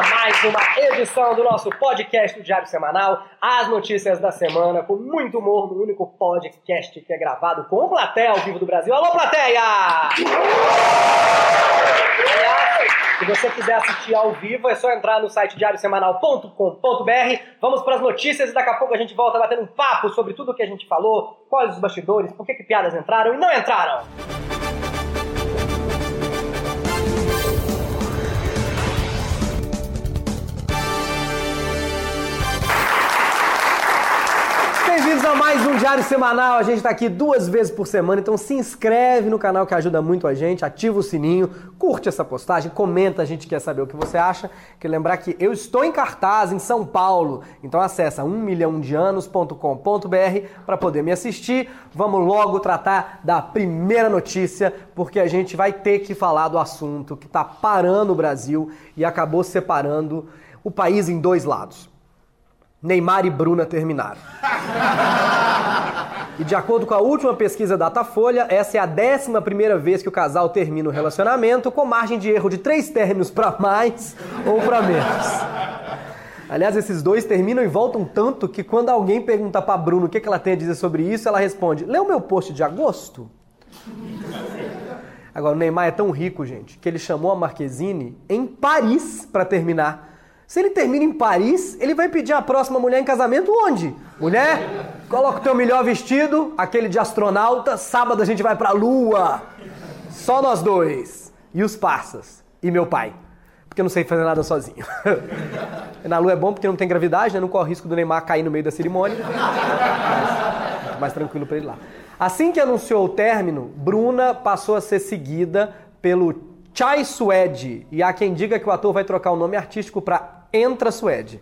mais uma edição do nosso podcast do Diário Semanal, as notícias da semana, com muito humor, no único podcast que é gravado com plateia ao vivo do Brasil. Alô, plateia! Se você quiser assistir ao vivo, é só entrar no site diariosemanal.com.br. Vamos para as notícias e daqui a pouco a gente volta batendo um papo sobre tudo o que a gente falou, quais os bastidores, por que piadas entraram e não entraram. Bem-vindos a mais um Diário Semanal. A gente está aqui 2 vezes por semana, então se inscreve no canal que ajuda muito a gente, ativa o sininho, curte essa postagem, comenta, a gente quer saber o que você acha. Quero lembrar que eu estou em cartaz em São Paulo, então acessa 1milhãodeanos.com.br para poder me assistir. Vamos logo tratar da primeira notícia, porque a gente vai ter que falar do assunto que está parando o Brasil e acabou separando o país em 2 lados. Neymar e Bruna terminaram. E de acordo com a última pesquisa Datafolha, essa é a 11ª vez que o casal termina o relacionamento, com margem de erro de 3 términos para mais ou para menos. Aliás, esses 2 terminam e voltam tanto que quando alguém pergunta pra Bruna o que ela tem a dizer sobre isso, ela responde: leu meu post de agosto? Agora, o Neymar é tão rico, gente, que ele chamou a Marquezine em Paris para terminar. Se ele termina em Paris, ele vai pedir a próxima mulher em casamento onde? Mulher, coloca o teu melhor vestido, aquele de astronauta, sábado a gente vai pra lua. Só nós 2. E os parças. E meu pai. Porque eu não sei fazer nada sozinho. Na lua é bom porque não tem gravidade, né? Não corre o risco do Neymar cair no meio da cerimônia. Mas mais tranquilo pra ele lá. Assim que anunciou o término, Bruna passou a ser seguida pelo Chai Suede. E há quem diga que o ator vai trocar o nome artístico pra Entra Suede.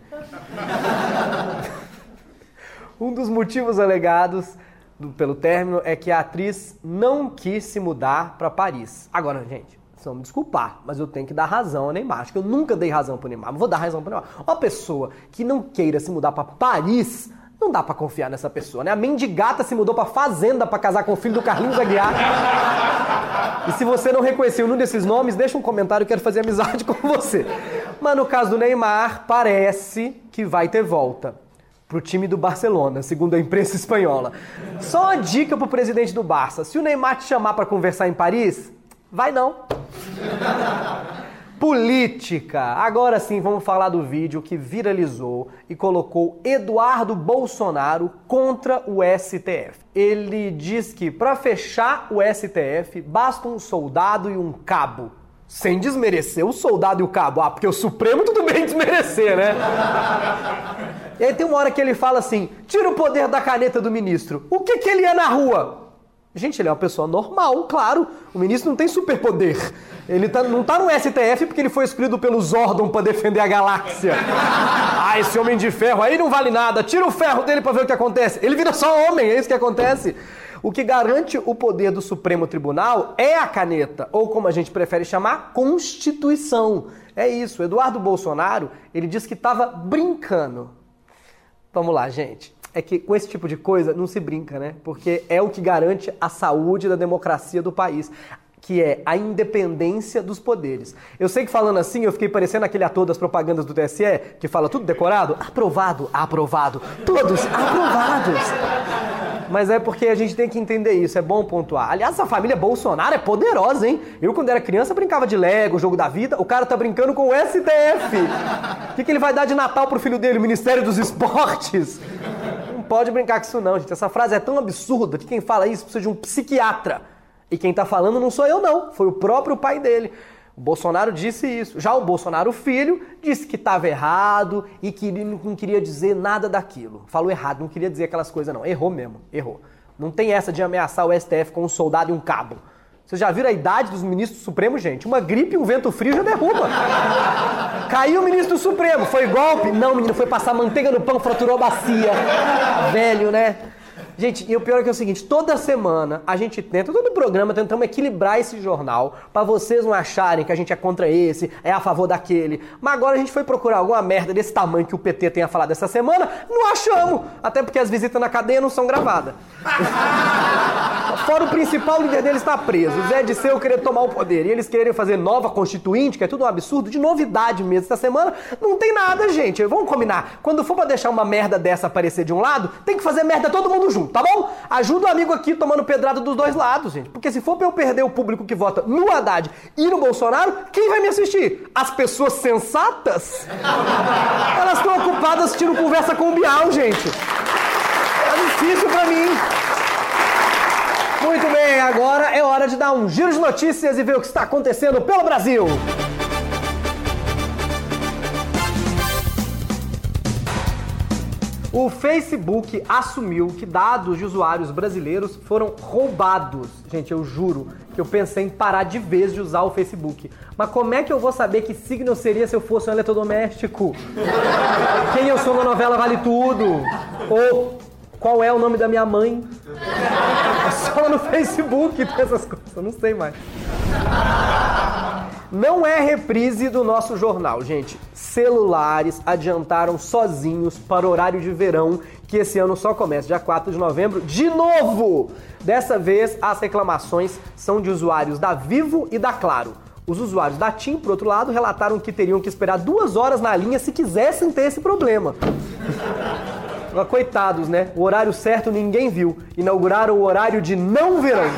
Um dos motivos alegados pelo término é que a atriz não quis se mudar para Paris. Agora, gente, vocês vão me desculpar, mas eu tenho que dar razão ao Neymar. Acho que eu nunca dei razão pro Neymar, mas vou dar razão pro Neymar. Uma pessoa que não queira se mudar para Paris, não dá pra confiar nessa pessoa, né? A mendigata se mudou pra fazenda pra casar com o filho do Carlinhos Aguiar. E se você não reconheceu nenhum desses nomes, deixa um comentário, eu quero fazer amizade com você. Mas no caso do Neymar, parece que vai ter volta pro time do Barcelona, segundo a imprensa espanhola. Só uma dica pro presidente do Barça: se o Neymar te chamar pra conversar em Paris, vai não. Política. Agora sim, vamos falar do vídeo que viralizou e colocou Eduardo Bolsonaro contra o STF. Ele diz que para fechar o STF basta um soldado e um cabo. Sem desmerecer o soldado e o cabo. Ah, porque o Supremo tudo bem desmerecer, né? E aí tem uma hora que ele fala assim: tira o poder da caneta do ministro. O que ele é na rua? Gente, ele é uma pessoa normal, claro. O ministro não tem superpoder. Ele não tá no STF porque ele foi escolhido pelo Zordon pra defender a galáxia. Ah, esse homem de ferro aí não vale nada. Tira o ferro dele pra ver o que acontece. Ele vira só homem, é isso que acontece. O que garante o poder do Supremo Tribunal é a caneta, ou como a gente prefere chamar, Constituição. É isso. Eduardo Bolsonaro, ele disse que tava brincando. Vamos lá, gente. É que com esse tipo de coisa não se brinca, né? Porque é o que garante a saúde da democracia do país, que é a independência dos poderes. Eu sei que falando assim, eu fiquei parecendo aquele ator das propagandas do TSE, que fala tudo decorado: aprovado, aprovado, todos aprovados. Mas é porque a gente tem que entender isso, é bom pontuar. Aliás, a família Bolsonaro é poderosa, hein? Eu, quando era criança, brincava de Lego, jogo da vida. O cara tá brincando com o STF. O que ele vai dar de Natal pro filho dele? O Ministério dos Esportes? Não pode brincar com isso não, gente. Essa frase é tão absurda que quem fala isso precisa de um psiquiatra. E quem tá falando não sou eu não, foi o próprio pai dele. O Bolsonaro disse isso. Já o Bolsonaro filho disse que estava errado e que não queria dizer nada daquilo. Falou errado, não queria dizer aquelas coisas não. Errou mesmo, errou. Não tem essa de ameaçar o STF com um soldado e um cabo. Vocês já viram a idade dos ministros do Supremo, gente? Uma gripe e um vento frio já derruba. Caiu o ministro do Supremo. Foi golpe? Não, menino, foi passar manteiga no pão, fraturou a bacia. Velho, né? Gente, e o pior é que é o seguinte, toda semana a gente tenta, todo programa tentamos equilibrar esse jornal pra vocês não acharem que a gente é contra esse, é a favor daquele. Mas agora a gente foi procurar alguma merda desse tamanho que o PT tenha falado essa semana, não achamos. Até porque as visitas na cadeia não são gravadas. Fora o principal líder deles está preso, o Zé Disseu querer tomar o poder, e eles quererem fazer nova constituinte, que é tudo um absurdo, de novidade mesmo. Essa semana não tem nada, gente. Vamos combinar. Quando for pra deixar uma merda dessa aparecer de um lado, tem que fazer merda todo mundo junto, tá bom? Ajuda o amigo aqui tomando pedrada dos dois lados, gente. Porque se for pra eu perder o público que vota no Haddad e no Bolsonaro, quem vai me assistir? As pessoas sensatas? Elas estão ocupadas assistindo conversa com o Bial, gente. Tá difícil pra mim. Muito bem, agora é hora de dar um giro de notícias e ver o que está acontecendo pelo Brasil. O Facebook assumiu que dados de usuários brasileiros foram roubados. Gente, eu juro que eu pensei em parar de vez de usar o Facebook. Mas como é que eu vou saber que signo eu seria se eu fosse um eletrodoméstico? Quem eu sou na novela Vale Tudo? Ou qual é o nome da minha mãe? É só no Facebook tem essas coisas, eu não sei mais. Não é reprise do nosso jornal, gente. Celulares adiantaram sozinhos para o horário de verão, que esse ano só começa dia 4 de novembro, de novo! Dessa vez, as reclamações são de usuários da Vivo e da Claro. Os usuários da TIM, por outro lado, relataram que teriam que esperar 2 horas na linha se quisessem ter esse problema. Coitados, né? O horário certo ninguém viu. Inauguraram o horário de não verão.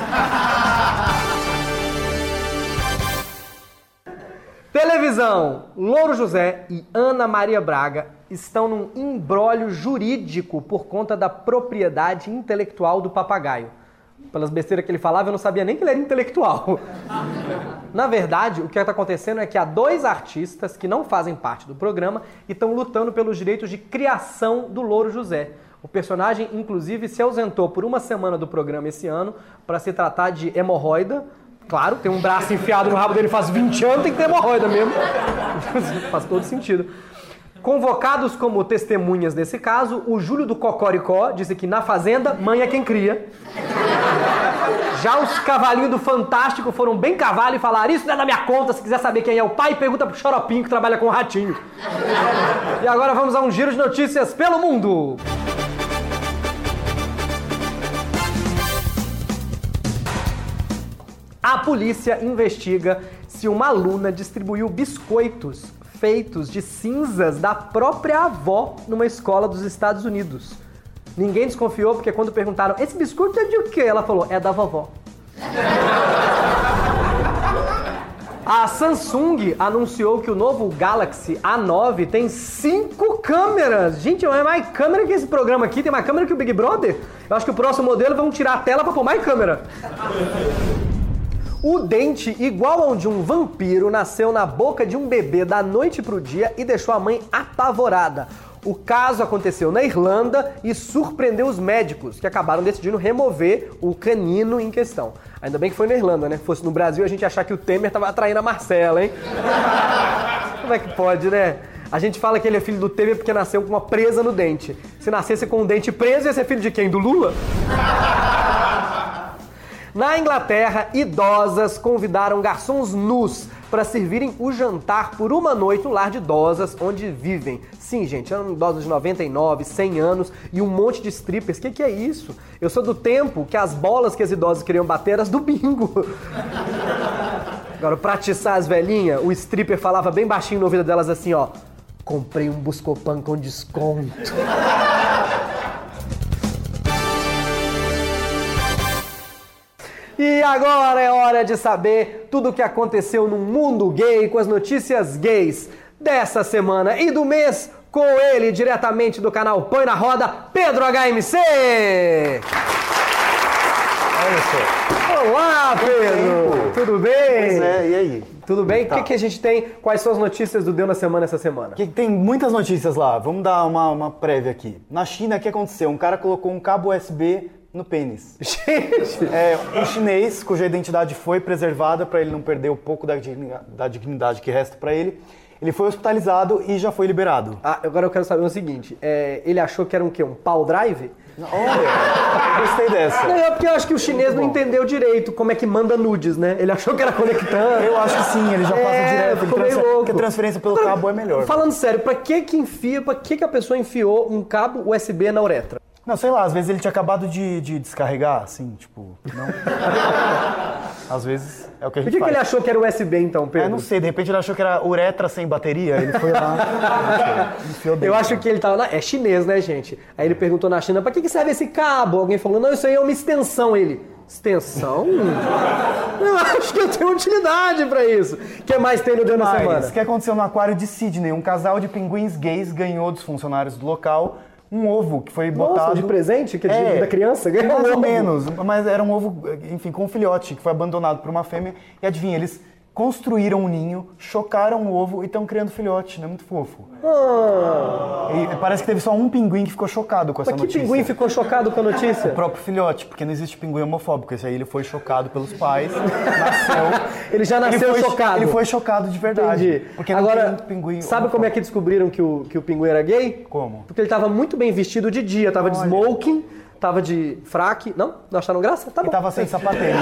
Televisão. Louro José e Ana Maria Braga estão num imbróglio jurídico por conta da propriedade intelectual do papagaio. Pelas besteiras que ele falava, eu não sabia nem que ele era intelectual. Na verdade, o que está acontecendo é que há 2 artistas que não fazem parte do programa e estão lutando pelos direitos de criação do Louro José. O personagem, inclusive, se ausentou por 1 semana do programa esse ano para se tratar de hemorroida. Claro, tem um braço enfiado no rabo dele faz 20 anos, tem que ter hemorroida mesmo. Faz todo sentido. Convocados como testemunhas nesse caso, o Júlio do Cocoricó disse que na fazenda, mãe é quem cria. Já os cavalinhos do Fantástico foram bem cavalo e falaram: isso não é da minha conta, se quiser saber quem é o pai, pergunta pro Xoropinho que trabalha com o Ratinho. E agora vamos a um giro de notícias pelo mundo. A polícia investiga se uma aluna distribuiu biscoitos feitos de cinzas da própria avó numa escola dos Estados Unidos. Ninguém desconfiou porque quando perguntaram: esse biscoito é de o quê? Ela falou: é da vovó. A Samsung anunciou que o novo Galaxy A9 tem 5 câmeras. Gente, é mais câmera que esse programa aqui, tem mais câmera que o Big Brother. Eu acho que o próximo modelo vão tirar a tela pra pôr mais câmera. O dente igual ao de um vampiro nasceu na boca de um bebê da noite pro dia e deixou a mãe apavorada. O caso aconteceu na Irlanda e surpreendeu os médicos, que acabaram decidindo remover o canino em questão. Ainda bem que foi na Irlanda, né? Se fosse no Brasil, a gente ia achar que o Temer tava atraindo a Marcela, hein? Como é que pode, né? A gente fala que ele é filho do Temer porque nasceu com uma presa no dente. Se nascesse com um dente preso, ia ser filho de quem? Do Lula? Na Inglaterra, idosas convidaram garçons nus para servirem o jantar por uma noite no lar de idosas onde vivem. Sim, gente, eram idosas de 99, 100 anos e um monte de strippers. Que é isso? Eu sou do tempo que as bolas que as idosas queriam bater eram as do bingo. Agora, pra atiçar as velhinhas, o stripper falava bem baixinho no ouvido delas assim, ó: comprei um Buscopan com desconto. E agora é hora de saber tudo o que aconteceu no mundo gay com as notícias gays dessa semana e do mês com ele, diretamente do canal Põe na Roda, Pedro HMC! Olá, Pedro! Tudo bem? Pois é, e aí? Tudo bem? Tá. O que a gente tem? Quais são as notícias do Deu na Semana essa semana? Tem muitas notícias lá, vamos dar uma prévia aqui. Na China, o que aconteceu? Um cara colocou um cabo USB no pênis. Gente! Um chinês, cuja identidade foi preservada para ele não perder o pouco da dignidade que resta para ele, ele foi hospitalizado e já foi liberado. Ah, agora eu quero saber o seguinte, ele achou que era um quê? Um pau drive? Olha, gostei dessa. Não, é porque eu acho que o chinês não entendeu direito como é que manda nudes, né? Ele achou que era conectando. Eu acho que sim, ele já passa direto. Ficou meio louco. Porque a transferência pelo cabo é melhor. Falando sério, pra que a pessoa enfiou um cabo USB na uretra? Não, sei lá, às vezes ele tinha acabado de descarregar, assim, tipo, não. Às vezes é o que a gente Por que faz. ele achou que era USB então, Pedro? Não sei, de repente ele achou que era uretra sem bateria, ele foi lá, enfiou dentro. Eu acho que ele tava é chinês, né, gente? Aí ele perguntou na China, pra que serve esse cabo? Alguém falou, não, isso aí é uma extensão. Ele, extensão? Eu acho que eu tenho utilidade pra isso. O que mais tem no Deu na Semana? O que aconteceu no aquário de Sydney? Um casal de pinguins gays ganhou dos funcionários do local um ovo que foi botado... Nossa, de presente? Que é da criança? Ganhou mais um ou ovo. menos, mas era um ovo, enfim, com um filhote, que foi abandonado por uma fêmea. E adivinha, eles construíram um ninho, chocaram o ovo e estão criando filhote, né? Muito fofo. E parece que teve só um pinguim que ficou chocado com essa Mas notícia. que pinguim ficou chocado com a notícia? O próprio filhote, porque não existe pinguim homofóbico. Esse aí ele foi chocado pelos pais, nasceu... Ele já nasceu chocado. Ele foi chocado de verdade. Entendi. Porque não agora, tem pinguim sabe como é que descobriram que o pinguim era gay? Como? Porque ele estava muito bem vestido de dia, estava de smoking, estava de fraque. Não acharam graça? Tá bom. E tava sem sapatênis.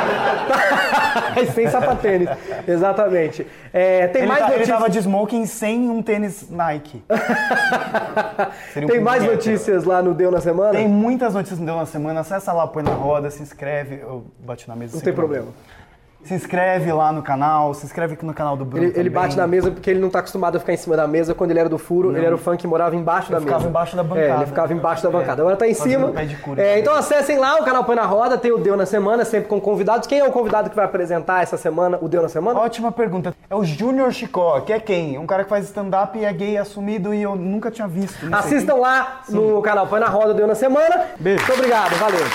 Sem sapatênis, exatamente. Tem mais Ele notícias. tava de smoking sem um tênis Nike. Tem mais notícias lá no Deu na Semana? Tem muitas notícias no Deu na Semana. Acessa lá, põe na roda, se inscreve. Eu bati na mesa. Não tem problema. Se inscreve lá no canal, se inscreve aqui no canal do Bruno. Ele bate na mesa porque ele não tá acostumado a ficar em cima da mesa. Quando ele era do furo, ele era o fã que morava embaixo da mesa. Ficava embaixo da bancada. Ele ficava embaixo da bancada. Agora tá em cima. Então acessem lá, o canal Põe na Roda, tem o Deu na Semana, sempre com convidados. Quem é o convidado que vai apresentar essa semana o Deu na Semana? Ótima pergunta. É o Júnior Chicó, que é quem? Um cara que faz stand-up e é gay assumido e eu nunca tinha visto. Assistam lá no canal Põe na Roda, Deu na Semana. Beijo. Muito obrigado, valeu.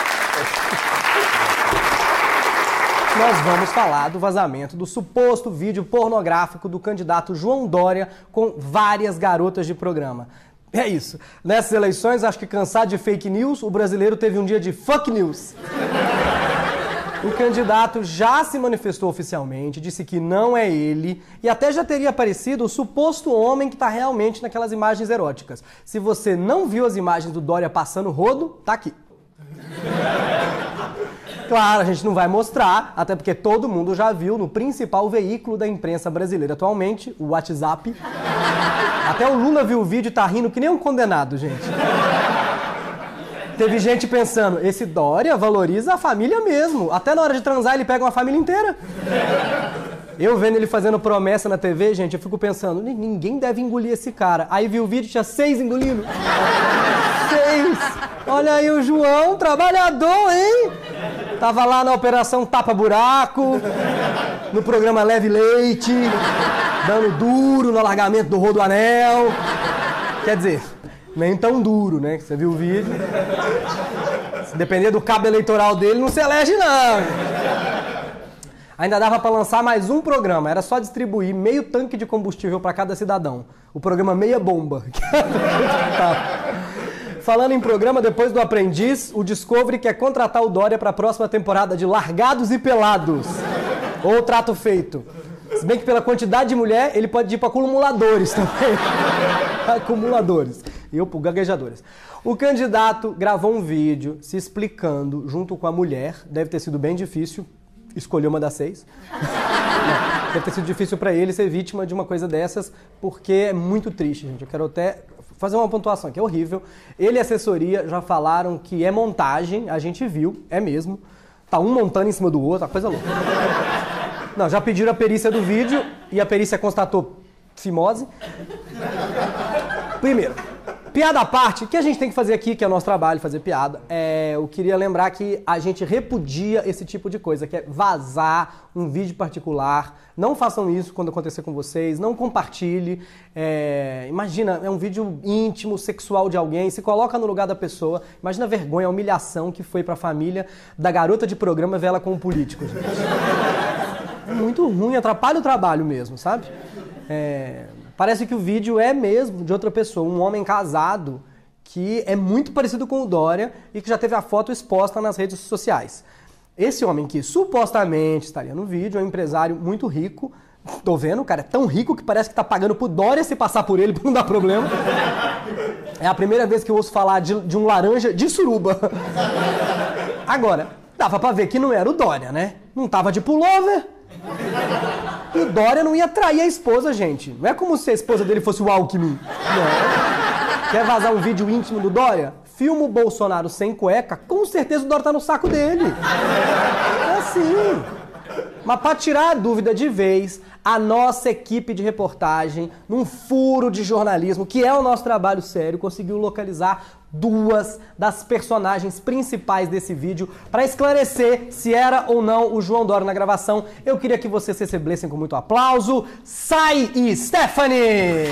Nós vamos falar do vazamento do suposto vídeo pornográfico do candidato João Dória com várias garotas de programa. É isso. Nessas eleições, acho que cansado de fake news, o brasileiro teve um dia de fuck news. O candidato já se manifestou oficialmente, disse que não é ele e até já teria aparecido o suposto homem que está realmente naquelas imagens eróticas. Se você não viu as imagens do Dória passando rodo, tá aqui. Claro, a gente não vai mostrar, até porque todo mundo já viu no principal veículo da imprensa brasileira atualmente, o WhatsApp. Até o Lula viu o vídeo e tá rindo que nem um condenado, gente. Teve gente pensando, esse Dória valoriza a família mesmo. Até na hora de transar ele pega uma família inteira. Eu vendo ele fazendo promessa na TV, gente, eu fico pensando, ninguém deve engolir esse cara. Aí vi o vídeo, tinha 6 engolindo. 6! Olha aí o João, trabalhador, hein? Tava lá na Operação Tapa Buraco, no programa Leve Leite, dando duro no alargamento do Rodoanel. Quer dizer, nem tão duro, né? Você viu o vídeo. Se depender do cabo eleitoral dele, não se elege, não. Ainda dava para lançar mais um programa, era só distribuir meio tanque de combustível para cada cidadão. O programa Meia Bomba. Falando em programa, depois do Aprendiz, o Discovery quer contratar o Dória para a próxima temporada de Largados e Pelados. Ou Trato Feito. Se bem que pela quantidade de mulher, ele pode ir para acumuladores também. Acumuladores. E eu por gaguejadores. O candidato gravou um vídeo se explicando junto com a mulher. Deve ter sido bem difícil escolher uma das 6. Não, deve ter sido difícil para ele ser vítima de uma coisa dessas, porque é muito triste, gente. Eu quero até fazer uma pontuação aqui, é horrível. Ele e a assessoria já falaram que é montagem, a gente viu, é mesmo. Tá um montando em cima do outro, uma coisa louca. Não, já pediram a perícia do vídeo e a perícia constatou fimose. Primeiro, piada à parte, o que a gente tem que fazer aqui, que é o nosso trabalho, fazer piada, eu queria lembrar que a gente repudia esse tipo de coisa, que é vazar um vídeo particular. Não façam isso quando acontecer com vocês, não compartilhe. Imagina, é um vídeo íntimo, sexual de alguém, se coloca no lugar da pessoa. Imagina a vergonha, a humilhação que foi pra família da garota de programa ver ela com um político, gente. É muito ruim, atrapalha o trabalho mesmo, sabe? Parece que o vídeo é mesmo de outra pessoa, um homem casado que é muito parecido com o Dória e que já teve a foto exposta nas redes sociais. Esse homem que supostamente estaria no vídeo é um empresário muito rico. Tô vendo, o cara é tão rico que parece que tá pagando pro Dória se passar por ele pra não dar problema. É a primeira vez que eu ouço falar de um laranja de suruba. Agora, dava pra ver que não era o Dória, né? Não tava de pullover. E o Dória não ia trair a esposa, gente. Não é como se a esposa dele fosse o Alckmin. Não. Quer vazar um vídeo íntimo do Dória? filma o Bolsonaro sem cueca, com certeza o Dória tá no saco dele. É assim. Mas para tirar a dúvida de vez, a nossa equipe de reportagem, num furo de jornalismo, que é o nosso trabalho sério, conseguiu localizar duas das personagens principais desse vídeo para esclarecer se era ou não o João Dória na gravação. Eu queria que vocês recebessem com muito aplauso Sai e Stephanie!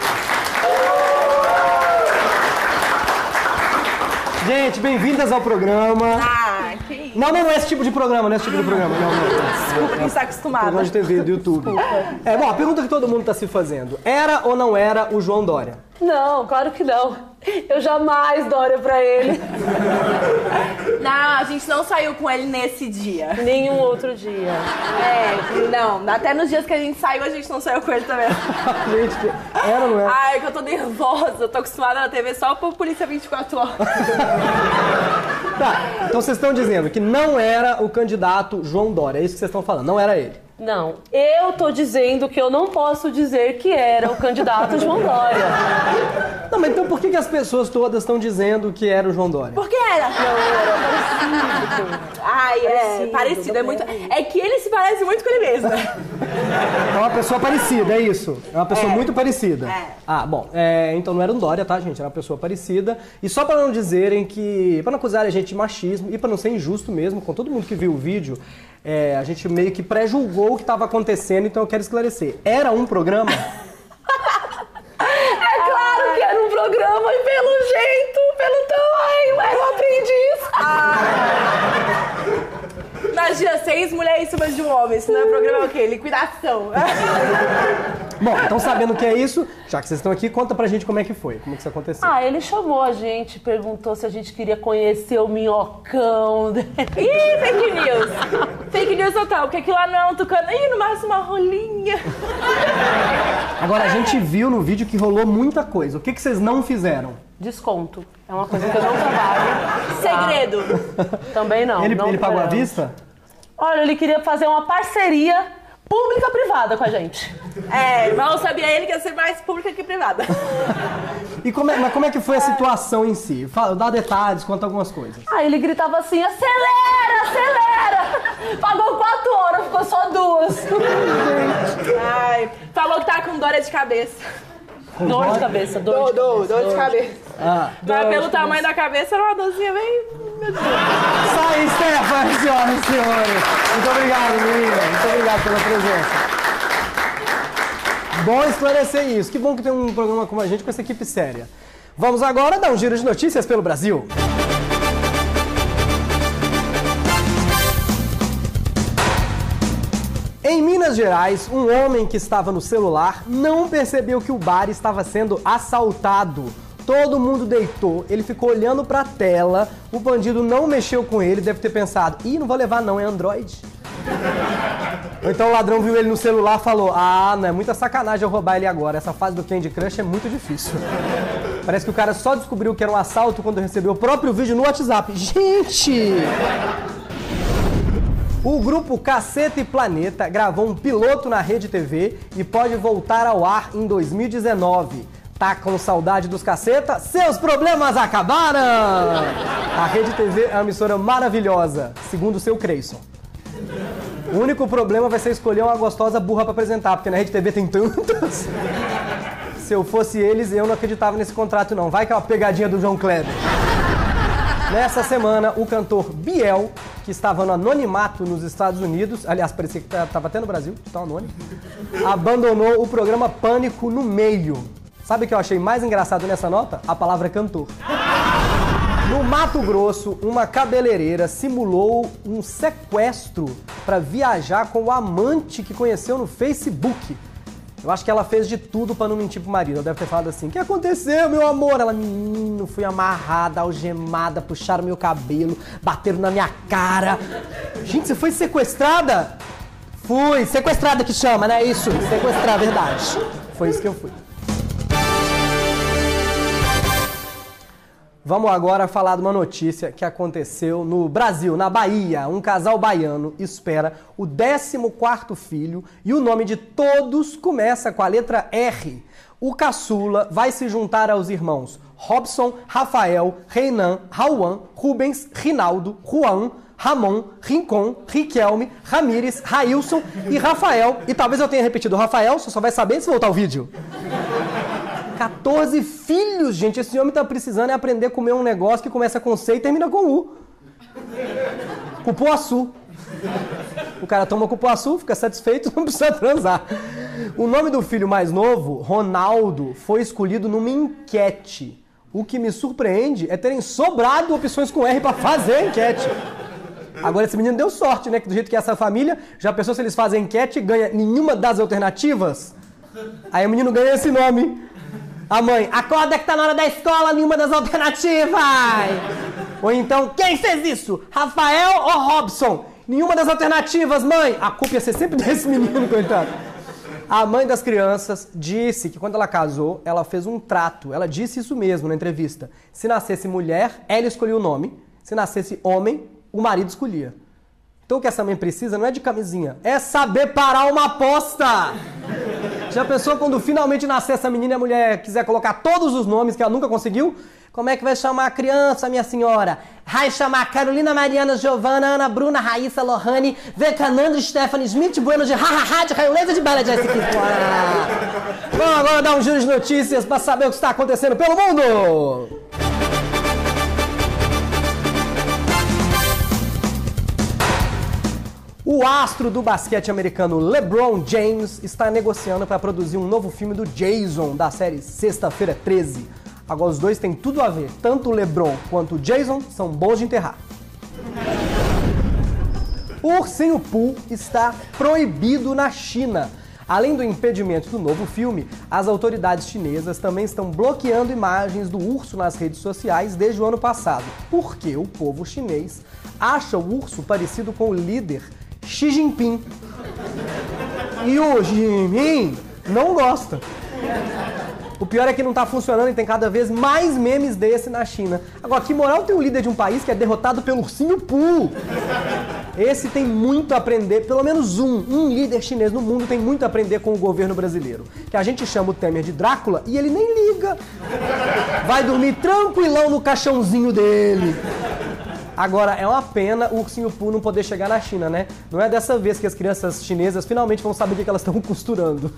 Gente, bem-vindas ao programa. Ah, que isso. Não é esse tipo de programa, não é esse tipo de programa. Não. Desculpa, quem está acostumado. Programa de TV do YouTube. Bom, a pergunta que todo mundo está se fazendo. Era ou não era o João Dória? Não, claro que não. Eu jamais Dória pra ele. Não, a gente não saiu com ele nesse dia. Nenhum outro dia. Não. Até nos dias que a gente saiu, a gente não saiu com ele também. Gente, era ou não era? Ai, que eu tô nervosa. Eu tô acostumada na TV só por Polícia 24 horas. Tá, então vocês estão dizendo que não era o candidato João Dória. É isso que vocês estão falando, não era ele. Não, eu tô dizendo que eu não posso dizer que era o candidato João Dória. Não, mas então por que as pessoas todas estão dizendo que era o João Dória? Por que era? Não, era parecido. Ai, parecido. É muito. É que ele se parece muito com ele mesmo. É uma pessoa parecida, é isso? É uma pessoa muito parecida. Ah, bom, então não era um Dória, tá, gente? Era uma pessoa parecida. E só pra não dizerem que... Pra não acusarem a gente de machismo e pra não ser injusto mesmo, com todo mundo que viu o vídeo, a gente meio que pré-julgou o que estava acontecendo, então eu quero esclarecer. Era um programa? É claro que era um programa e pelo jeito, pelo tamanho, era um aprendiz. Imagina, 6 mulheres em cima de um homem. Isso não é programa o quê? Liquidação. Bom, então sabendo o que é isso, já que vocês estão aqui, conta pra gente como é que foi, como é que isso aconteceu. Ele chamou a gente, perguntou se a gente queria conhecer o minhocão. Ih, fake news. Fake news total, porque aquilo lá não é um tucano. Ih, no máximo uma rolinha. Agora, a gente viu no vídeo que rolou muita coisa. O que vocês não fizeram? Desconto. É uma coisa que eu não trabalho. Segredo. Também não. Ele não pagou à trabalhamos. vista? Olha, ele queria fazer uma parceria pública-privada com a gente. Mal sabia ele que ia ser mais pública que privada. E mas como é que foi a situação em si? Dá detalhes, conta algumas coisas. Ele gritava assim, acelera, acelera! Pagou 4 horas, ficou só 2. Ai, falou que tá com dor de cabeça. Dor de cabeça, dor Dor de cabeça. Mas pelo tamanho da cabeça era uma dorzinha bem... Meu Deus. Sai, Stephanie, senhoras e senhores. Muito obrigado, menina. Muito obrigado pela presença. Bom esclarecer isso. Que bom que tem um programa como a gente com essa equipe séria. Vamos agora dar um giro de notícias pelo Brasil. Em Minas Gerais, um homem que estava no celular não percebeu que o bar estava sendo assaltado. Todo mundo deitou, ele ficou olhando pra tela, o bandido não mexeu com ele, deve ter pensado, não vou levar não, é Android. Ou então o ladrão viu ele no celular e falou, não é muita sacanagem eu roubar ele agora, essa fase do Candy Crush é muito difícil. Parece que o cara só descobriu que era um assalto quando recebeu o próprio vídeo no WhatsApp. Gente! O grupo Caceta e Planeta gravou um piloto na Rede TV e pode voltar ao ar em 2019. Tá com saudade dos Caceta? Seus problemas acabaram! A Rede TV é uma emissora maravilhosa, segundo o seu Creyson. O único problema vai ser escolher uma gostosa burra pra apresentar, porque na Rede TV tem tantas. Se eu fosse eles, eu não acreditava nesse contrato não. Vai que é uma pegadinha do João Kleber. Nessa semana, o cantor Biel, que estava no anonimato nos Estados Unidos, aliás, parecia que estava até no Brasil, de tão anônimo, abandonou o programa Pânico no meio. Sabe o que eu achei mais engraçado nessa nota? A palavra cantor. No Mato Grosso, uma cabeleireira simulou um sequestro para viajar com o amante que conheceu no Facebook. Eu acho que ela fez de tudo para não mentir pro marido. Ela deve ter falado assim, o que aconteceu, meu amor? Ela, menino, fui amarrada, algemada, puxaram meu cabelo, bateram na minha cara. Gente, você foi sequestrada? Fui, sequestrada que chama, né? Isso, sequestrar, verdade. Foi isso que eu fui. Vamos agora falar de uma notícia que aconteceu no Brasil, na Bahia. Um casal baiano espera o 14º filho e o nome de todos começa com a letra R. O caçula vai se juntar aos irmãos Robson, Rafael, Reinan, Rauan, Rubens, Rinaldo, Juan, Ramon, Rincon, Riquelme, Ramires, Railson e Rafael. E talvez eu tenha repetido Rafael, você só vai saber se voltar o vídeo. 14 filhos, gente. Esse homem tá precisando aprender a comer um negócio que começa com C e termina com U. Cupuaçu. O cara toma cupuaçu, fica satisfeito, não precisa transar. O nome do filho mais novo, Ronaldo, foi escolhido numa enquete. O que me surpreende é terem sobrado opções com R pra fazer a enquete. Agora esse menino deu sorte, né? Que do jeito que é essa família, já pensou se eles fazem enquete e ganha nenhuma das alternativas? Aí o menino ganha esse nome. A mãe, acorda que tá na hora da escola, nenhuma das alternativas! Ou então, quem fez isso? Rafael ou Robson? Nenhuma das alternativas, mãe! A culpa ia ser sempre desse menino, coitado. A mãe das crianças disse que quando ela casou, ela fez um trato. Ela disse isso mesmo na entrevista. Se nascesse mulher, ela escolhia o nome. Se nascesse homem, o marido escolhia. Então o que essa mãe precisa não é de camisinha, é saber parar uma aposta! Já pensou quando finalmente nascer essa menina e a mulher quiser colocar todos os nomes que ela nunca conseguiu? Como é que vai chamar a criança, minha senhora? Vai chamar Carolina, Mariana, Giovana, Ana, Bruna, Raíssa, Lohane, Vecanandro, Stephanie, Smith, Bueno, de Hahaha, de Raioleza, de Bela, de Vamos agora dar um giro de notícias para saber o que está acontecendo pelo mundo! O astro do basquete americano LeBron James está negociando para produzir um novo filme do Jason, da série Sexta-feira 13. Agora os dois têm tudo a ver, tanto o LeBron quanto o Jason são bons de enterrar. O ursinho Pooh está proibido na China. Além do impedimento do novo filme, as autoridades chinesas também estão bloqueando imagens do urso nas redes sociais desde o ano passado, porque o povo chinês acha o urso parecido com o líder Xi Jinping. E o Xi Jinping não gosta. O pior é que não tá funcionando e tem cada vez mais memes desse na China. Agora, que moral tem um líder de um país que é derrotado pelo ursinho Pooh? Esse tem muito a aprender, pelo menos um líder chinês no mundo tem muito a aprender com o governo brasileiro. Que a gente chama o Temer de Drácula e ele nem liga. Vai dormir tranquilão no caixãozinho dele. Agora, é uma pena o ursinho Pooh não poder chegar na China, né? Não é dessa vez que as crianças chinesas finalmente vão saber o que elas estão costurando.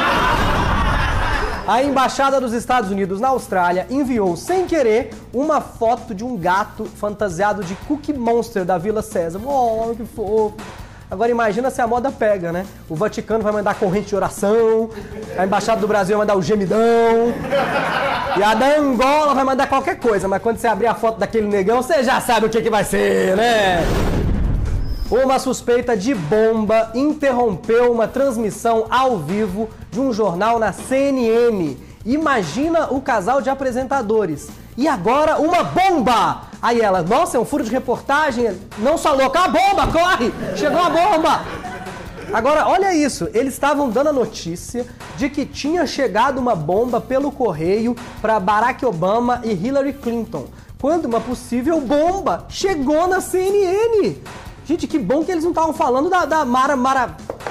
A Embaixada dos Estados Unidos na Austrália enviou, sem querer, uma foto de um gato fantasiado de Cookie Monster da Vila Sésamo. Oh, que fofo! Agora imagina se a moda pega, né? O Vaticano vai mandar corrente de oração, a Embaixada do Brasil vai mandar o gemidão, e a da Angola vai mandar qualquer coisa, mas quando você abrir a foto daquele negão, você já sabe o que vai ser, né? Uma suspeita de bomba interrompeu uma transmissão ao vivo de um jornal na CNN. Imagina o casal de apresentadores. E agora uma bomba! Aí ela, nossa, é um furo de reportagem. Não, só louca, a bomba, corre! Chegou a bomba! Agora, olha isso, eles estavam dando a notícia de que tinha chegado uma bomba pelo correio para Barack Obama e Hillary Clinton, quando uma possível bomba chegou na CNN. Gente, que bom que eles não estavam falando da Mara...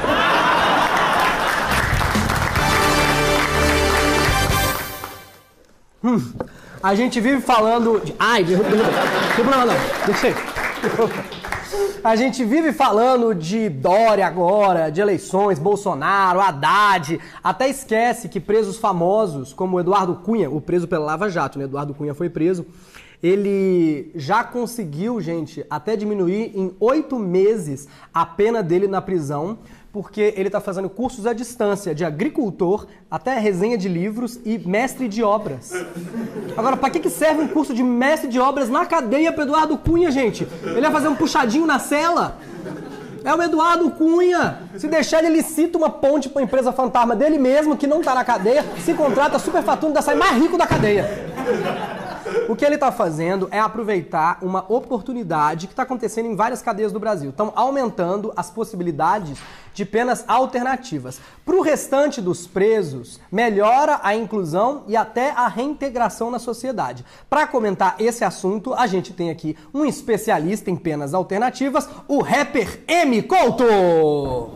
A gente vive falando... Ai, não tem problema não, deixa aí. A gente vive falando de Dória agora, de eleições, Bolsonaro, Haddad, até esquece que presos famosos, como o Eduardo Cunha, o preso pela Lava Jato, né? Eduardo Cunha foi preso, ele já conseguiu, gente, até diminuir em 8 meses a pena dele na prisão, porque ele está fazendo cursos à distância de agricultor, até resenha de livros e mestre de obras. Agora, para que serve um curso de mestre de obras na cadeia para Eduardo Cunha, gente? Ele vai fazer um puxadinho na cela? É o Eduardo Cunha. Se deixar, ele licita uma ponte para a empresa fantasma dele mesmo, que não está na cadeia, se contrata, superfatura, ainda sai mais rico da cadeia. O que ele está fazendo é aproveitar uma oportunidade que está acontecendo em várias cadeias do Brasil. Estão aumentando as possibilidades de penas alternativas. Para o restante dos presos, melhora a inclusão e até a reintegração na sociedade. Para comentar esse assunto, a gente tem aqui um especialista em penas alternativas, o rapper M. Couto! Yo,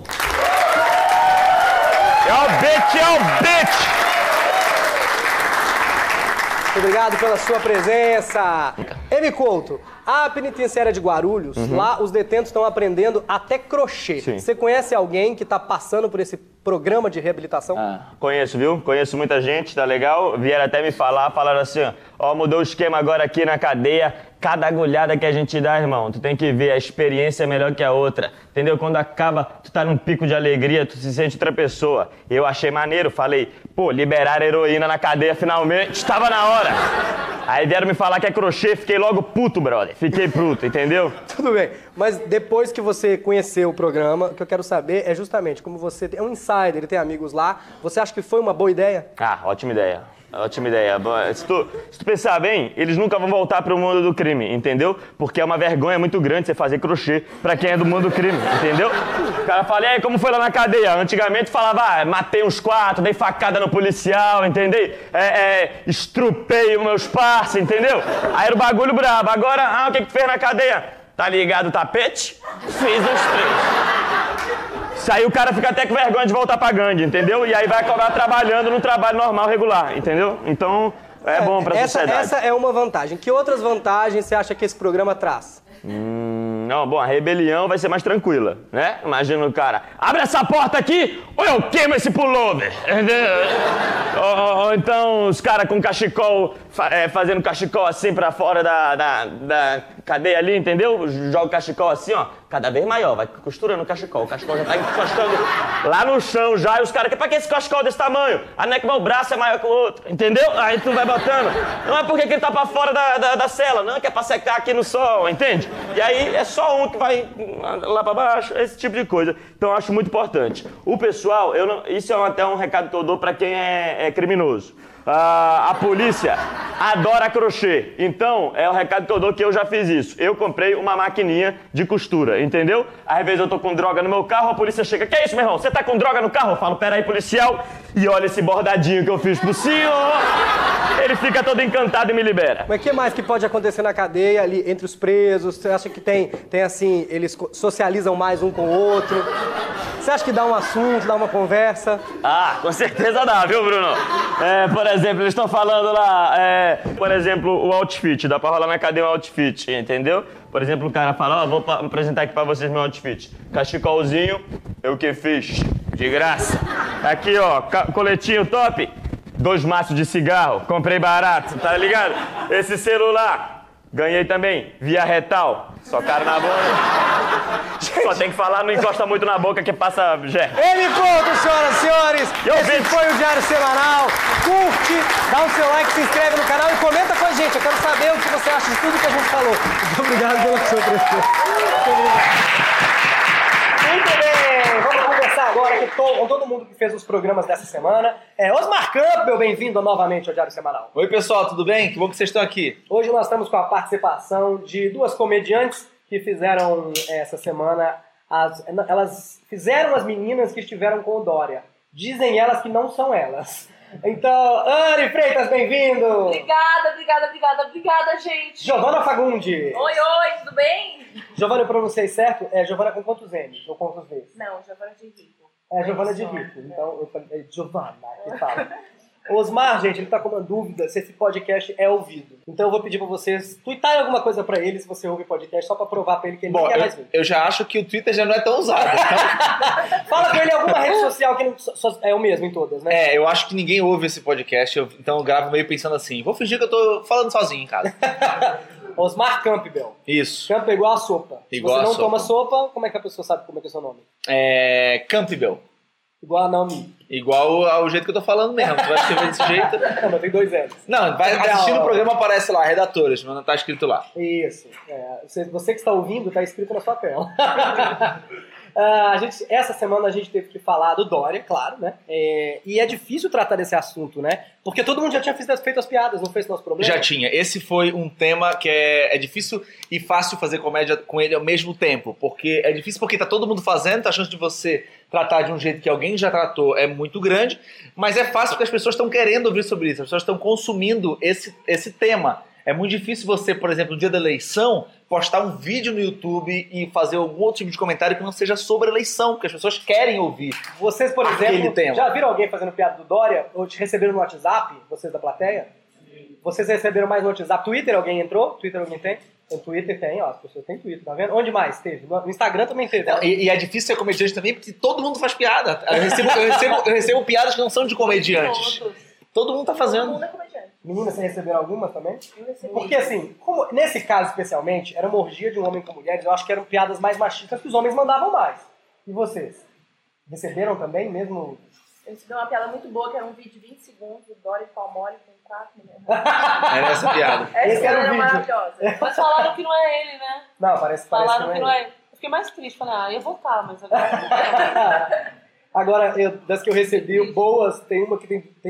bitch! Muito obrigado pela sua presença. M. Couto, a penitenciária de Guarulhos, lá os detentos estão aprendendo até crochê. Sim. Você conhece alguém que está passando por esse programa de reabilitação? Conheço, viu? Conheço muita gente, tá legal? Vieram até me falaram assim, ó, mudou o esquema agora aqui na cadeia. Cada agulhada que a gente dá, irmão, tu tem que ver, a experiência é melhor que a outra, entendeu? Quando acaba, tu tá num pico de alegria, tu se sente outra pessoa. Eu achei maneiro, falei, pô, liberaram heroína na cadeia finalmente, estava na hora. Aí vieram me falar que é crochê, fiquei logo puto, brother, fiquei puto, entendeu? Tudo bem, mas depois que você conheceu o programa, o que eu quero saber é justamente como você é um insider, ele tem amigos lá, você acha que foi uma boa ideia? Ótima ideia. Ótima ideia. Se tu pensar bem, eles nunca vão voltar pro mundo do crime, entendeu? Porque é uma vergonha muito grande você fazer crochê pra quem é do mundo do crime, entendeu? O cara fala, e aí, como foi lá na cadeia? Antigamente falava, matei uns 4, dei facada no policial, entendeu? Estrupei os meus parceiros, entendeu? Aí era o bagulho brabo. Agora, o que fez na cadeia? Tá ligado o tapete? Fiz os 3. Isso aí o cara fica até com vergonha de voltar pra gangue, entendeu? E aí vai acabar trabalhando no trabalho normal, regular, entendeu? Então, é bom pra sociedade. Essa é uma vantagem. Que outras vantagens você acha que esse programa traz? Não, bom, a rebelião vai ser mais tranquila, né? Imagina o cara, abre essa porta aqui ou eu queimo esse pullover, entendeu? Ou então os caras com cachecol, fazendo cachecol assim pra fora da cadeia ali, entendeu? Joga o cachecol assim, ó, cada vez maior, vai costurando o cachecol já tá encostando lá no chão já, e os caras, pra que esse cachecol desse tamanho? Ah, não é que meu braço é maior que o outro, entendeu? Aí tu vai botando, não é porque ele tá pra fora da cela, não, que é pra secar aqui no sol, entende? E aí é só um que vai lá pra baixo, esse tipo de coisa. Então eu acho muito importante. O pessoal, isso é até um recado que eu dou pra quem é criminoso. A polícia adora crochê, então é o recado que eu dou, que eu já fiz isso. Eu comprei uma maquininha de costura, entendeu? Às vezes eu tô com droga no meu carro, a polícia chega, que é isso, meu irmão? Você tá com droga no carro? Eu falo, peraí, policial, e olha esse bordadinho que eu fiz pro senhor. Ele fica todo encantado e me libera. Mas o que mais que pode acontecer na cadeia ali entre os presos? Você acha que tem assim, eles socializam mais um com o outro? Você acha que dá um assunto, dá uma conversa? Com certeza dá, viu, Bruno? Por exemplo, eles estão falando lá, por exemplo, o outfit, dá pra rolar na cadeia um outfit, entendeu? Por exemplo, o cara fala, vou apresentar aqui pra vocês meu outfit. Cachecolzinho, eu que fiz, de graça. Aqui, ó, coletinho top, 2 maços de cigarro, comprei barato, tá ligado? Esse celular, ganhei também, via retal, só cara na boca. Só tem que falar, não encosta muito na boca que passa germe. M. Couto, senhoras e senhores, esse foi o Diário Semanal. Curte, dá o seu like, se inscreve no canal e comenta com a gente. Eu quero saber o que você acha de tudo que a gente falou. Muito obrigado pela sua presença. Muito bem, vamos conversar agora com todo mundo que fez os programas dessa semana. Osmar Campbell, bem-vindo novamente ao Diário Semanal. Oi, pessoal, tudo bem? Que bom que vocês estão aqui. Hoje nós estamos com a participação de 2 comediantes que fizeram essa semana, elas fizeram as meninas que estiveram com o Dória. Dizem elas que não são elas. Então, Anne Freitas, bem-vindo! Obrigada, gente. Giovana Fagundi. Oi, tudo bem? Giovana, eu pronunciei certo? Giovana com quantos M's ou quantos V's? Não, Giovana de Rico. Giovana de Rico. Então, eu falei, Giovana, que fala. Osmar, gente, ele tá com uma dúvida se esse podcast é ouvido. Então eu vou pedir pra vocês tweetarem alguma coisa pra ele se você ouve podcast, só pra provar pra ele que ele não quer mais ver. Eu já acho que o Twitter já não é tão usado. Então... Fala pra ele alguma rede social que não, é o mesmo em todas, né? Eu acho que ninguém ouve esse podcast, então eu gravo meio pensando assim, vou fingir que eu tô falando sozinho em casa. Osmar Campbell. Isso. Campbell igual a sopa. Igual se você não a sopa. toma sopa, como é que a pessoa sabe como é que é o seu nome? Campbell. Igual a Naomi. Igual ao jeito que eu tô falando mesmo. Tu vai escrever desse jeito. Não, mas tem 2 L's. Não, vai assistindo o programa, aparece lá, redatores, mas não tá escrito lá. Isso. Você que está ouvindo, tá escrito na sua tela. Essa semana a gente teve que falar do Dória, claro, né? E é difícil tratar desse assunto, né? Porque todo mundo já tinha feito as piadas, não fez nosso problema? Já tinha. Esse foi um tema que é difícil e fácil fazer comédia com ele ao mesmo tempo. Porque é difícil porque tá todo mundo fazendo, então a chance de você tratar de um jeito que alguém já tratou é muito grande. Mas é fácil porque as pessoas estão querendo ouvir sobre isso, as pessoas estão consumindo esse tema. É muito difícil você, por exemplo, no dia da eleição, postar um vídeo no YouTube e fazer algum outro tipo de comentário que não seja sobre a eleição, porque as pessoas querem ouvir. Vocês, por aquele exemplo, tema. já viram alguém fazendo piada do Dória? Ou te receberam no WhatsApp, vocês da plateia? Vocês receberam mais no WhatsApp? Twitter alguém entrou? Twitter alguém tem? No Twitter tem, ó, as pessoas têm Twitter, tá vendo? Onde mais teve? No Instagram também teve. E é difícil ser comediante também, porque todo mundo faz piada. Eu recebo piadas que não são de comediantes. Todo mundo tá fazendo. Todo mundo é comediante. Meninas, vocês receberam algumas também? Eu recebi. Porque assim, nesse caso especialmente, era uma orgia de um homem com mulheres, eu acho que eram piadas mais machistas que os homens mandavam mais. E vocês? Receberam também, mesmo? Eu recebi uma piada muito boa, que era um vídeo de 20 segundos, do Dória e Palmole com 4 milhões. Era essa piada. Esse era o vídeo. Maravilhosa. Mas falaram que não é ele, né? Não, parece Falaram que não é. Eu fiquei mais triste. Falei, eu ia votar, mas agora... Agora, das que eu recebi, boas, tem uma que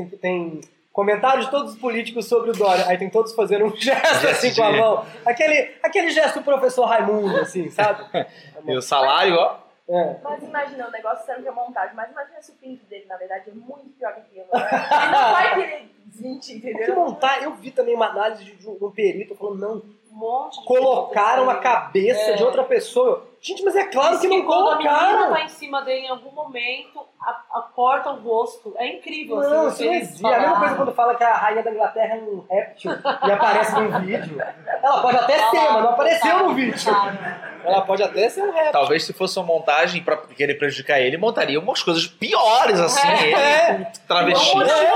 tem comentários de todos os políticos sobre o Dória. Aí tem todos fazendo um gesto assim com a mão. Aquele gesto do professor Raimundo, assim, sabe? E o salário, ó. É. Mas imagina, o negócio sendo que é montagem, mas imagina se o pinto dele, na verdade, é muito pior que aquilo. Ele não vai querer desmentir, Que entendeu? montar, eu vi também uma análise de um perito falando, não, Um monte de colocaram a coisa. cabeça de outra pessoa. Gente, mas é claro Diz que não quando a menina colocaram. tá em cima dele em algum momento, corta o rosto. É incrível. Não, assim, isso não eles existe. É a mesma coisa falaram. quando fala que a rainha da Inglaterra é um réptil e aparece num vídeo. Ela pode até ser, mas não apareceu no vídeo. Ela pode até ser um réptil. Talvez se fosse uma montagem pra querer prejudicar ele, montaria umas coisas piores, assim. Ele com travesti.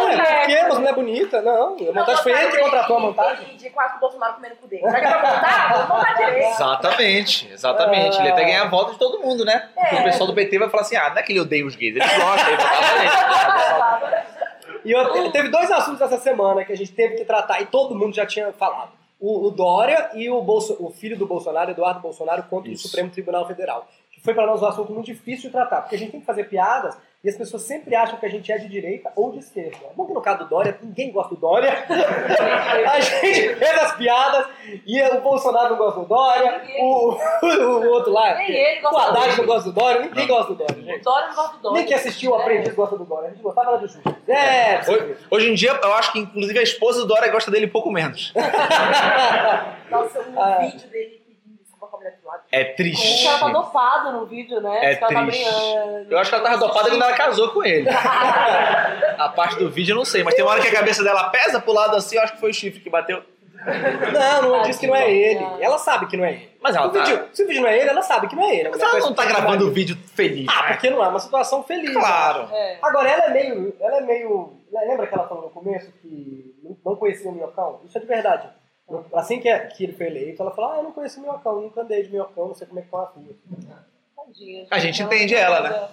Mas mulher bonita, não. A montagem foi ele que contratou a montagem. Ele de 4 Bolsonaro comendo cu dele. Já que vai montar, vamos montar direito. Exatamente. Ele ia até ganhar a volta de todo mundo, né? Porque o pessoal do PT vai falar assim, não é que ele odeia os gays, ele gosta, ele votava nele. E teve 2 assuntos essa semana que a gente teve que tratar e todo mundo já tinha falado. O Dória e o filho do Bolsonaro, Eduardo Bolsonaro, contra o Supremo Tribunal Federal. Que foi para nós um assunto muito difícil de tratar, porque a gente tem que fazer piadas e as pessoas sempre acham que a gente é de direita ou de esquerda. Bom que no caso do Dória, ninguém gosta do Dória. A gente fez as piadas e o Bolsonaro não gosta do Dória, o outro lá, Nem ele gosta o Haddad dele. não gosta do Dória, ninguém gosta do Dória, O gente. Dória não gosta do Dória. Nem que assistiu o Aprendiz gosta do Dória, a gente gostava lá do Júlio. Hoje em dia, eu acho que inclusive a esposa do Dória gosta dele um pouco menos. Nossa, o vídeo dele pedindo desculpa com a mulher do lado. É triste. Ela tá dopada no vídeo, né? É Diz que ela tá triste. brincando. Eu acho que ela tava dopada quando ela casou com ele. A parte do vídeo eu não sei, mas tem uma hora que a cabeça dela pesa pro lado assim, eu acho que foi o chifre que bateu. Não disse que não é ele. Ela sabe que não é ele. Mas ela Se o vídeo não é ele, ela sabe que não é ele. Mas ela não tá gravando o vídeo feliz. Porque não é uma situação feliz. Claro. É. Agora, ela é meio... Lembra que ela falou no começo que não conhecia o Minhocão? Isso é de verdade. Assim que ele foi eleito, ela falou, eu não conheço o Minhocão, nunca andei de Minhocão, não sei como é que tá a rua. Tadinha, A gente entende ela, né?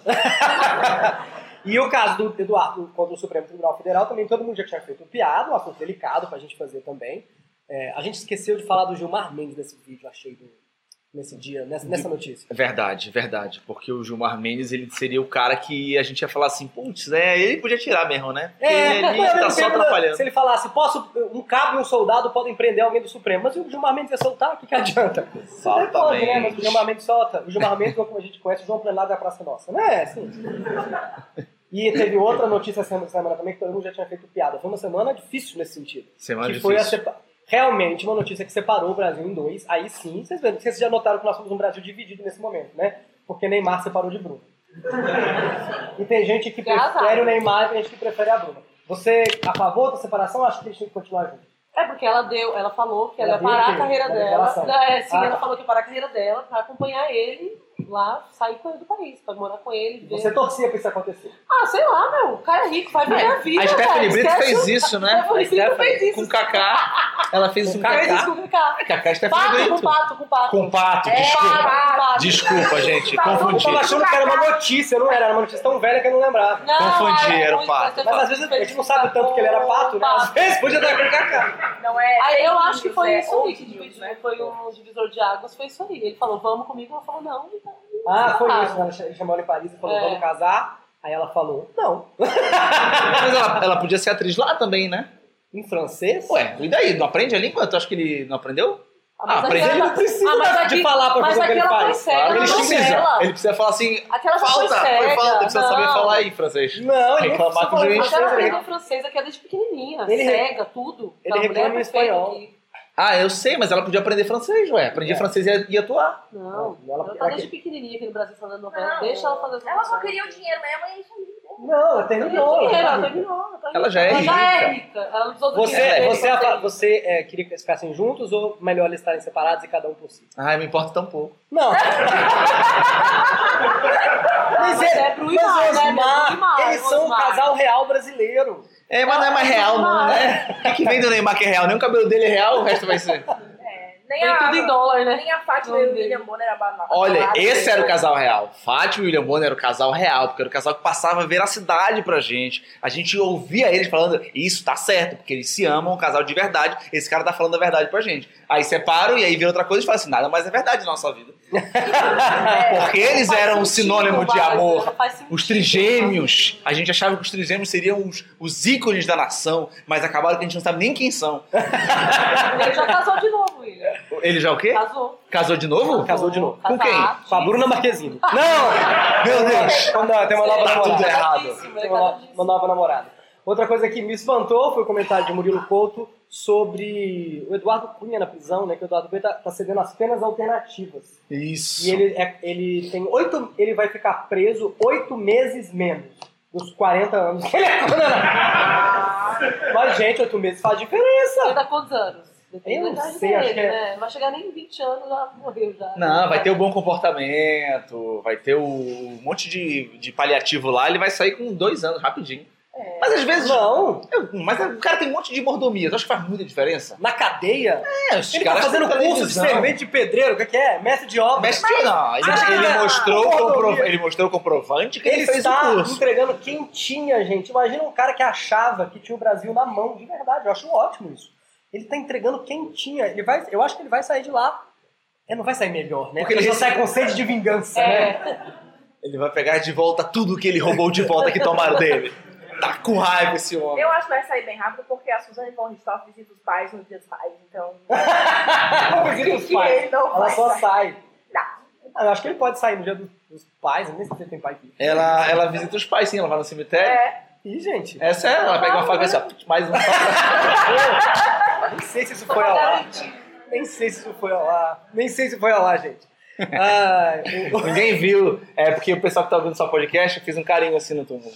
E o caso do Eduardo contra o Supremo Tribunal Federal, também todo mundo já tinha feito piada, um assunto delicado pra gente fazer também. A gente esqueceu de falar do Gilmar Mendes nesse vídeo, achei, nesse dia, nessa notícia. Verdade. Porque o Gilmar Mendes, ele seria o cara que a gente ia falar assim, putz, ele podia tirar mesmo, né? Porque ele tá só atrapalhando. Se ele falasse, um cabo e um soldado podem prender alguém do Supremo, mas e o Gilmar Mendes ia soltar, o que adianta? Exatamente. Pode, né? Mas o Gilmar Mendes solta. O Gilmar Mendes, como a gente conhece, o João Plenário da Praça Nossa. Não é assim? E teve outra notícia essa semana também, que todo mundo já tinha feito piada. Foi uma semana difícil nesse sentido. Semana que foi difícil. realmente uma notícia que separou o Brasil em 2. Aí sim, vocês já notaram que nós somos um Brasil dividido nesse momento, né? Porque Neymar separou de Bruno. E tem gente que prefere o Neymar e tem gente que prefere a Bruna. Você a favor da separação ou acha que eles têm que continuar juntos? É porque ela falou que ela ia Ela deu parar o a quê? carreira Uma dela. declaração. Ela falou que ia parar a carreira dela pra acompanhar ele lá, sair com ele do país, pra morar com ele. Ver. Você torcia pra isso acontecer? Sei lá, meu. O cara é rico, vai viver a vida. A Stephanie Brito Esquece fez o- isso, né? Stephanie Brito fez isso. Com o Kaká. Ela fez isso com o Fez isso Kaká. com o Kaká. Kaká e Stephanie Pato, Brito. com pato. Com pato, desculpa, gente, Eu confundi. tava achando que era uma notícia, não era? Era uma notícia tão velha que eu não lembrava. Não, Confundi, era o muito, pato. você Mas fala- às vezes a gente não sabe o tanto que ele era pato, né? Às vezes podia estar com o Kaká. Não é. Aí eu fake acho que news, foi é isso aí old que news, dividiu, né? foi um divisor de águas, foi isso aí. Ele falou, vamos comigo, ela falou, não, então, Ah, foi casaram. isso. Ele chamou ela em Paris e falou, É. vamos casar. Aí ela falou, não. Mas ela podia ser atriz lá também, né? Em francês? Ué, e daí? Não aprende a língua? Tu acha que ele não aprendeu? Mas aprende. aquela- Ele não precisa mas de falar pra mas fazer o que ele aquela foi faz. cega Claro, na ele precisa. novela. Ele precisa falar assim, Aquela já foi falta, cega. foi falta. Ele precisa saber Não. falar em francês. Não, ele Reclamar não com o precisa juiz. falar Aquela francês, aprendeu francês aqui é desde pequenininha. Ele- Cega, tudo. ele Aquela mulher reclama em perfeita espanhol. aqui. Ah, eu sei, mas ela podia aprender francês, ué. Aprendia francês e ia atuar. Não, Ela- ela tá desde pequenininha aqui no Brasil fazendo novela. Não, Deixa ela fazer as Ela só novelas. queria o dinheiro mesmo e é isso aí. Não, ela terminou. Ela terminou. Ela já é Ela já é rica. rica. Ela não precisou do Você, dinheiro dele você, pra ter isso. você queria que eles ficassem juntos ou melhor eles estarem separados e cada um por si? Ai, me importa tão pouco. Não. Mas é pro mas Imar, né? Osmar, É pro Imar, eles são um Osmar. casal real brasileiro. É, mas não é mais real, não, né? O que vem do Neymar que é real? Nem o cabelo dele é real, o resto vai ser. Nem Tem tudo em dólar, né? Nem a Fátima e o William Bonner era banana. Olha, esse era o casal real. Fátima e William Bonner era o casal real, porque era o casal que passava veracidade pra gente. A gente ouvia eles falando, isso tá certo, porque eles se amam, um casal de verdade. Esse cara tá falando a verdade pra gente. Aí separam e aí vira outra coisa e fala assim, nada mais é verdade na nossa vida. Porque eles Faz eram um sentido, sinônimo de mas amor. não faz sentido. Os trigêmeos. A gente achava que os trigêmeos seriam os ícones da nação, mas acabaram que a gente não sabe nem quem são. Ele já casou de novo, William. Ele já o quê? Casou. Casou de novo? Casou de novo. Com quem? Casado. Com a Bruna Marquezine. Não! Meu Deus! Quando tem uma nova Tá tudo namorada. errado. Tem uma nova namorada. Outra coisa que me espantou foi o comentário de Murilo Couto sobre o Eduardo Cunha na prisão, né? Que o Eduardo Cunha tá cedendo as penas alternativas. Isso. E ele tem ele vai ficar preso 8 meses menos dos 40 anos que ele é condenado. Mas, gente, 8 meses faz diferença. Ele tá quantos anos? Depende Eu da não idade sei, dele, acho que é- né? Não vai chegar nem em 20 anos, já morreu já. Não, vai ter o bom comportamento, vai ter um monte de paliativo lá, ele vai sair com 2 anos, rapidinho. Mas às vezes... Não. Mas o cara tem um monte de mordomias, acho que faz muita diferença. Na cadeia, Os ele tá caras fazendo têm curso de televisão. servente de pedreiro, o que é? Mestre de obra. Mestre, não, ele mostrou o comprovante que ele Ele fez o está curso. entregando quentinha, gente. Imagina um cara que achava que tinha o Brasil na mão, de verdade. Eu acho ótimo isso. Ele tá entregando quentinha. Eu acho que ele vai sair de lá. Ele não vai sair melhor, né? Porque Porque ele ele já sai com sede de vingança, né? Ele vai pegar de volta tudo que ele roubou de volta que tomaram dele. Tá com raiva esse homem. Eu acho que vai sair bem rápido porque a Suzane von Richthofen visita os pais no dia dos pais, então... Visita os pais. Ele não Ela vai só sair. sai. Não. Eu acho que ele pode sair no dia dos pais. Eu nem sei se ele tem pai aqui. Ela visita os pais, sim, ela vai no cemitério. É. Ih, gente. É sério, ela pega uma faca e assim, ó, mais um. Nem sei se isso foi ao ar. Nem sei se isso foi ao ar. Nem sei se foi ao ar, gente. Ninguém viu. É porque o pessoal que tá ouvindo só podcast fez um carinho assim no túmulo.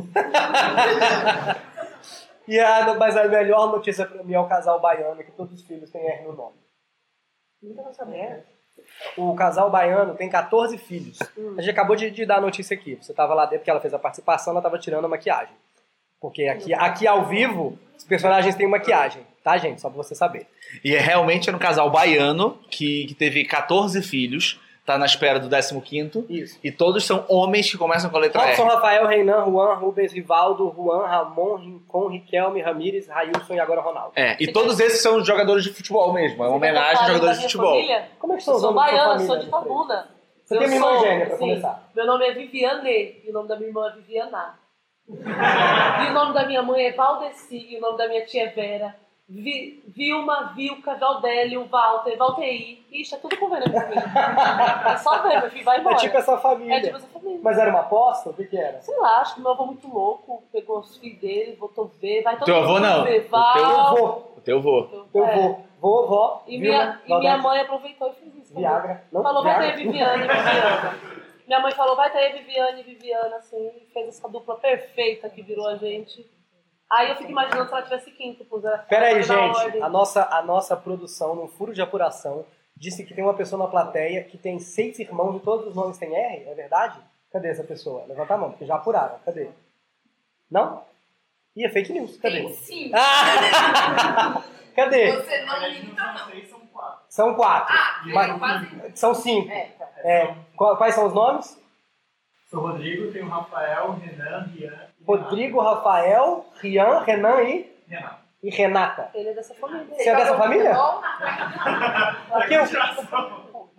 Mas a melhor notícia pra mim é o casal baiano, que todos os filhos têm R no nome. Nunca vai saber. O casal baiano tem 14 filhos. A gente acabou de dar a notícia aqui. Você estava lá dentro, porque ela fez a participação, ela estava tirando a maquiagem. Porque aqui ao vivo, os personagens têm maquiagem, tá, gente? Só pra você saber. E realmente era um casal baiano que teve 14 filhos, tá na espera do 15º. Isso. E todos são homens que começam com a letra Robson, R. Rafael, Reinan, Juan, Rubens, Rivaldo, Juan, Ramon, Rincon, Riquelme, Ramírez, Railson e agora Ronaldo. E todos esses são jogadores de futebol mesmo. É uma homenagem a jogadores de futebol. Como é que são Eu os sou nomes da sua baiana, família? sou de Tabuna. Você tem uma irmã gêmea, pra começar. Meu nome é Viviane e o nome da minha irmã é Viviana. E o nome da minha mãe é Valdeci e o nome da minha tia é Vera. Vilma, Vilca, Valdélio, Walter, Valtei. Ixi, é tudo com Vera comigo. É só ver, meu filho, vai embora. É tipo essa família. É tipo essa família. Mas era uma aposta? O que era? Sei lá, acho que meu avô muito louco, pegou os filhos dele, botou ver, vai todo Teu avô mundo não. ver. O teu avô. Teu É. vô. Vovó. E Vilma, minha mãe aproveitou e fez isso. Viagra. Não? Falou, vai Viagra? ter Viviane e Viviana. Minha mãe falou, vai ter Viviane e Viviana, assim, e fez essa dupla perfeita que virou a gente. Aí eu fico imaginando se ela tivesse quíntuplos. Peraí, gente. A nossa produção, num furo de apuração, disse que tem uma pessoa na plateia que tem 6 irmãos e todos os nomes têm R. É verdade? Cadê essa pessoa? Levanta a mão, porque já apuraram. Cadê? Não? Ih, é fake news. Cadê? Sim. Cadê? Você não limita, não. São 4. Eu quase... São 5. É. Quais são os nomes? Sou Rodrigo, tenho Rafael, Renan, Rian. Rodrigo, Rafael, Rian, Renan Renan. e Renata. Ele é dessa família. Você é dessa família? Porque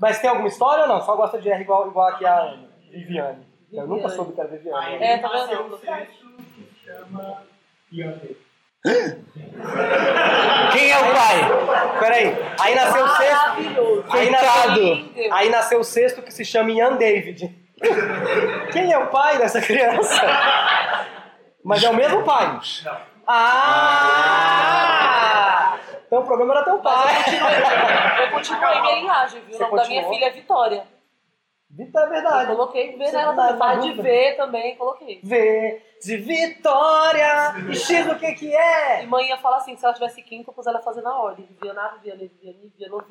Mas tem alguma história ou não? Só gosta de R igual aqui a Viviane. Eu nunca soube que era Viviane. É, tá vendo? Se chama Yandel. Quem é o pai? Peraí, aí nasceu o sexto. Maravilhoso. Aí nasceu o sexto que se chama Ian David. Quem é o pai dessa criança? Mas é o mesmo pai. Não. Então o problema era teu pai. Eu continuei minha linhagem, viu? O nome da minha filha é Vitória. Vitória é verdade. Eu coloquei V Você nela tá também. Faz de dúvida? V também, coloquei. V de Vitória. E X o que é? E mãe ia falar assim, se ela tivesse quinto, eu pus ela fazer na ordem. Viviana, Viviane, Viviano.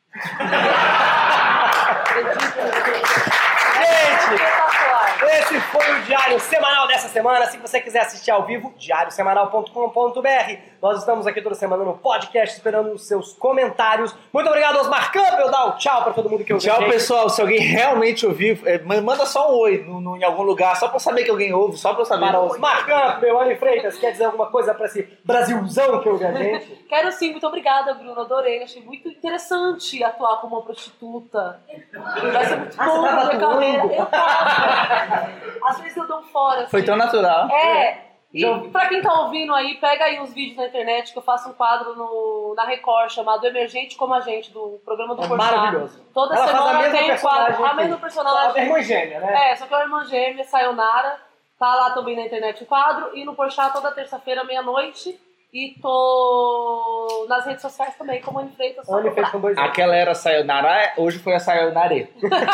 Gente, Espetacular. esse foi o Diário Semanal dessa semana. Se você quiser assistir ao vivo, diariosemanal.com.br. Nós estamos aqui toda semana no podcast esperando os seus comentários. Muito obrigado, Osmar Campbell. Dá um tchau pra todo mundo que ouviu. Tchau, pessoal. Se alguém realmente ouviu, manda só um oi em algum lugar, só pra eu saber que alguém ouve, só pra eu saber. Para Osmar Campbell, Anny Freitas, quer dizer alguma coisa pra esse Brasilzão que ouve a gente? Quero sim, muito obrigada, Bruno. Adorei. Achei muito interessante atuar como uma prostituta. Vai ser muito bom na minha carreira. Eu tava. Às vezes eu dou um fora. Assim. Foi tão natural. É. E pra quem tá ouvindo aí, pega aí uns vídeos na internet que eu faço um quadro na Record chamado Emergente como a Gente, do programa do Porchat. Maravilhoso. Toda Ela faz a semana mesma tem um quadro. personagem A mesma aqui. personagem. Só a irmã gêmea, né? Só que é a irmã gêmea, Sayonara. Tá lá também na internet o quadro. E no Porchat toda terça-feira, meia-noite. E tô nas redes sociais também, como Anny Freitas. Anny Freitas com 2 anos. Aquela era a Sayonara, hoje foi a Sayonare.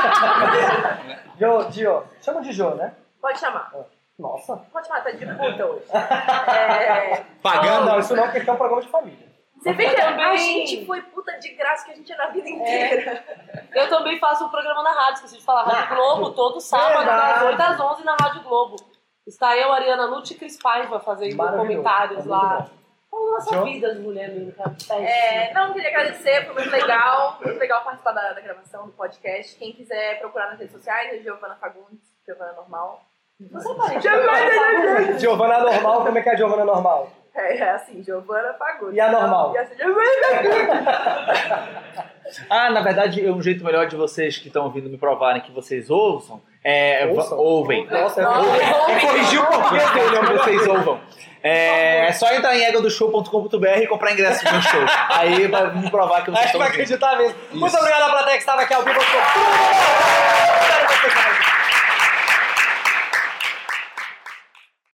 Gio. Chama de Jo, né? Pode chamar. Nossa. Pode chamar, tá de puta hoje. Pagando. Não, isso não, porque aqui é um programa de família. Você vê que também. a gente foi puta de graça que a gente é na vida inteira. Eu também faço um programa na rádio, esqueci de falar, Rádio Globo, todo sábado, das 8 às 11 na Rádio Globo. Está eu, Ariana Nucci e Cris Paz vai fazer comentários lá. Como nossa vida de mulher mesmo, cara. Não, queria agradecer, foi muito legal participar da gravação do podcast. Quem quiser procurar nas redes sociais, é Giovana Fagundes, Giovana Normal. Você é parente. Giovana Normal, como é que é a Giovana Normal? É assim, Giovana Fagundes. E a normal? E assim, Na verdade, um jeito melhor de vocês que estão ouvindo me provarem que vocês ouçam, ouvem. Nossa, Corrigir o português dele, onde vocês ouvam. É só entrar em egodoshow.com.br e comprar ingresso no show. Aí vai me provar que vocês Acho que estão vai ouvindo. acreditar mesmo. Muito obrigado à plateia que estava aqui ao vivo.